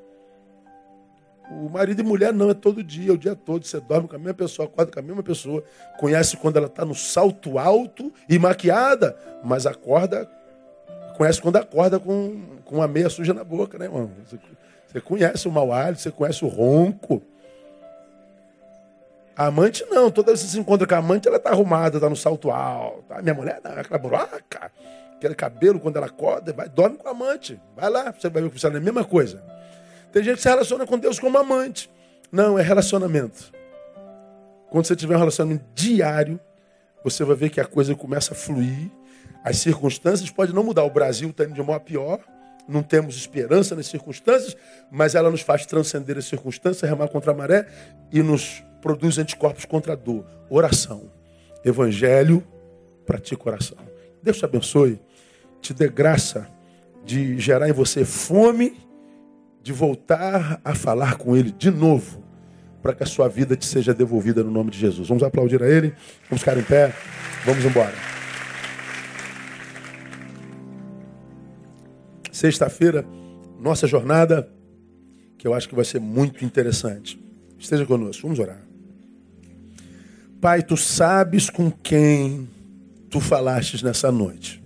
O marido e mulher não, é todo dia, o dia todo. Você dorme com a mesma pessoa, acorda com a mesma pessoa, conhece quando ela está no salto alto e maquiada, mas acorda, conhece quando acorda com, com uma meia suja na boca, né, irmão? Você, você conhece o mau hálito, você conhece o ronco. A amante não, toda vez que você se encontra com a amante, ela está arrumada, está no salto alto. A minha mulher não, aquela buraca, aquele cabelo, quando ela acorda, vai, dorme com a amante. Vai lá, você vai ver que funciona a mesma coisa. Tem gente que se relaciona com Deus como amante. Não, é relacionamento. Quando você tiver um relacionamento diário, você vai ver que a coisa começa a fluir. As circunstâncias podem não mudar. O Brasil está indo de mal a pior. Não temos esperança nas circunstâncias, mas ela nos faz transcender as circunstâncias, remar contra a maré e nos produz anticorpos contra a dor. Oração. Evangelho, pratica oração. Deus te abençoe, te dê graça de gerar em você fome, de voltar a falar com Ele de novo, para que a sua vida te seja devolvida no nome de Jesus. Vamos aplaudir a Ele, vamos ficar em pé, vamos embora. Sexta-feira, nossa jornada, que eu acho que vai ser muito interessante. Esteja conosco, vamos orar. Pai, Tu sabes com quem Tu falastes nessa noite.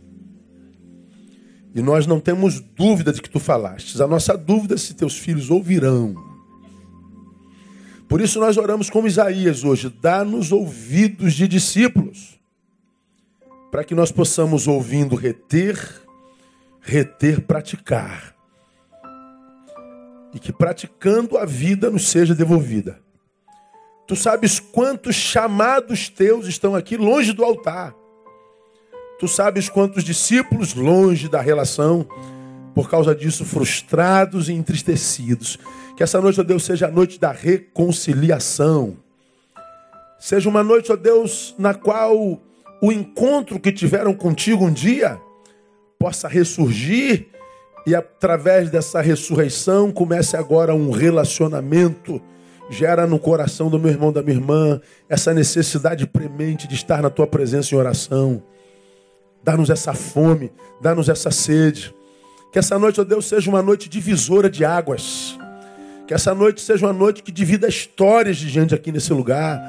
E nós não temos dúvida de que Tu falastes. A nossa dúvida é se Teus filhos ouvirão. Por isso nós oramos como Isaías hoje. Dá-nos ouvidos de discípulos. Para que nós possamos, ouvindo, reter, reter, praticar. E que praticando a vida nos seja devolvida. Tu sabes quantos chamados Teus estão aqui longe do altar. Tu sabes quantos discípulos longe da relação, por causa disso frustrados e entristecidos. Que essa noite, ó Deus, seja a noite da reconciliação. Seja uma noite, ó Deus, na qual o encontro que tiveram contigo um dia possa ressurgir e através dessa ressurreição comece agora um relacionamento. Gera no coração do meu irmão, da minha irmã, essa necessidade premente de estar na Tua presença em oração. Dá-nos essa fome, dá-nos essa sede. Que essa noite, ó Deus, seja uma noite divisora de águas. Que essa noite seja uma noite que divida histórias de gente aqui nesse lugar.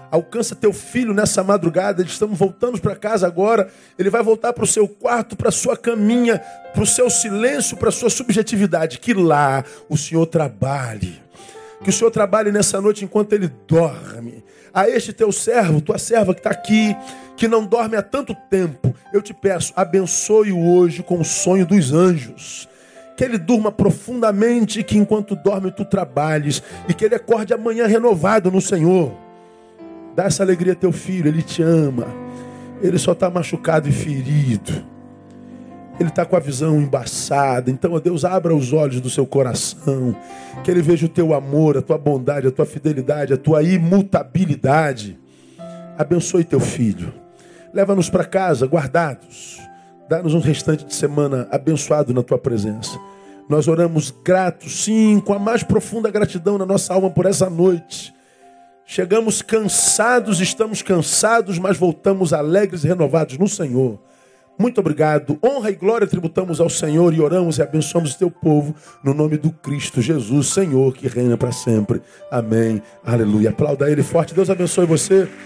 Alcança teu filho nessa madrugada. Estamos voltando para casa agora. Ele vai voltar para o seu quarto, para a sua caminha, para o seu silêncio, para a sua subjetividade. Que lá o Senhor trabalhe. Que o Senhor trabalhe nessa noite enquanto ele dorme. A este teu servo, tua serva que está aqui, que não dorme há tanto tempo, eu te peço, abençoe-o hoje com o sonho dos anjos. Que ele durma profundamente, que enquanto dorme tu trabalhes, e que ele acorde amanhã renovado no Senhor. Dá essa alegria a teu filho, ele te ama. Ele só está machucado e ferido. Ele está com a visão embaçada. Então, ó Deus, abra os olhos do seu coração. Que ele veja o teu amor, a tua bondade, a tua fidelidade, a tua imutabilidade. Abençoe teu filho. Leva-nos para casa, guardados. Dá-nos um restante de semana abençoado na tua presença. Nós oramos gratos, sim, com a mais profunda gratidão na nossa alma por essa noite. Chegamos cansados, estamos cansados, mas voltamos alegres e renovados no Senhor. Muito obrigado. Honra e glória tributamos ao Senhor e oramos e abençoamos o teu povo no nome do Cristo Jesus, Senhor, que reina para sempre. Amém. Aleluia. Aplauda ele forte. Deus abençoe você.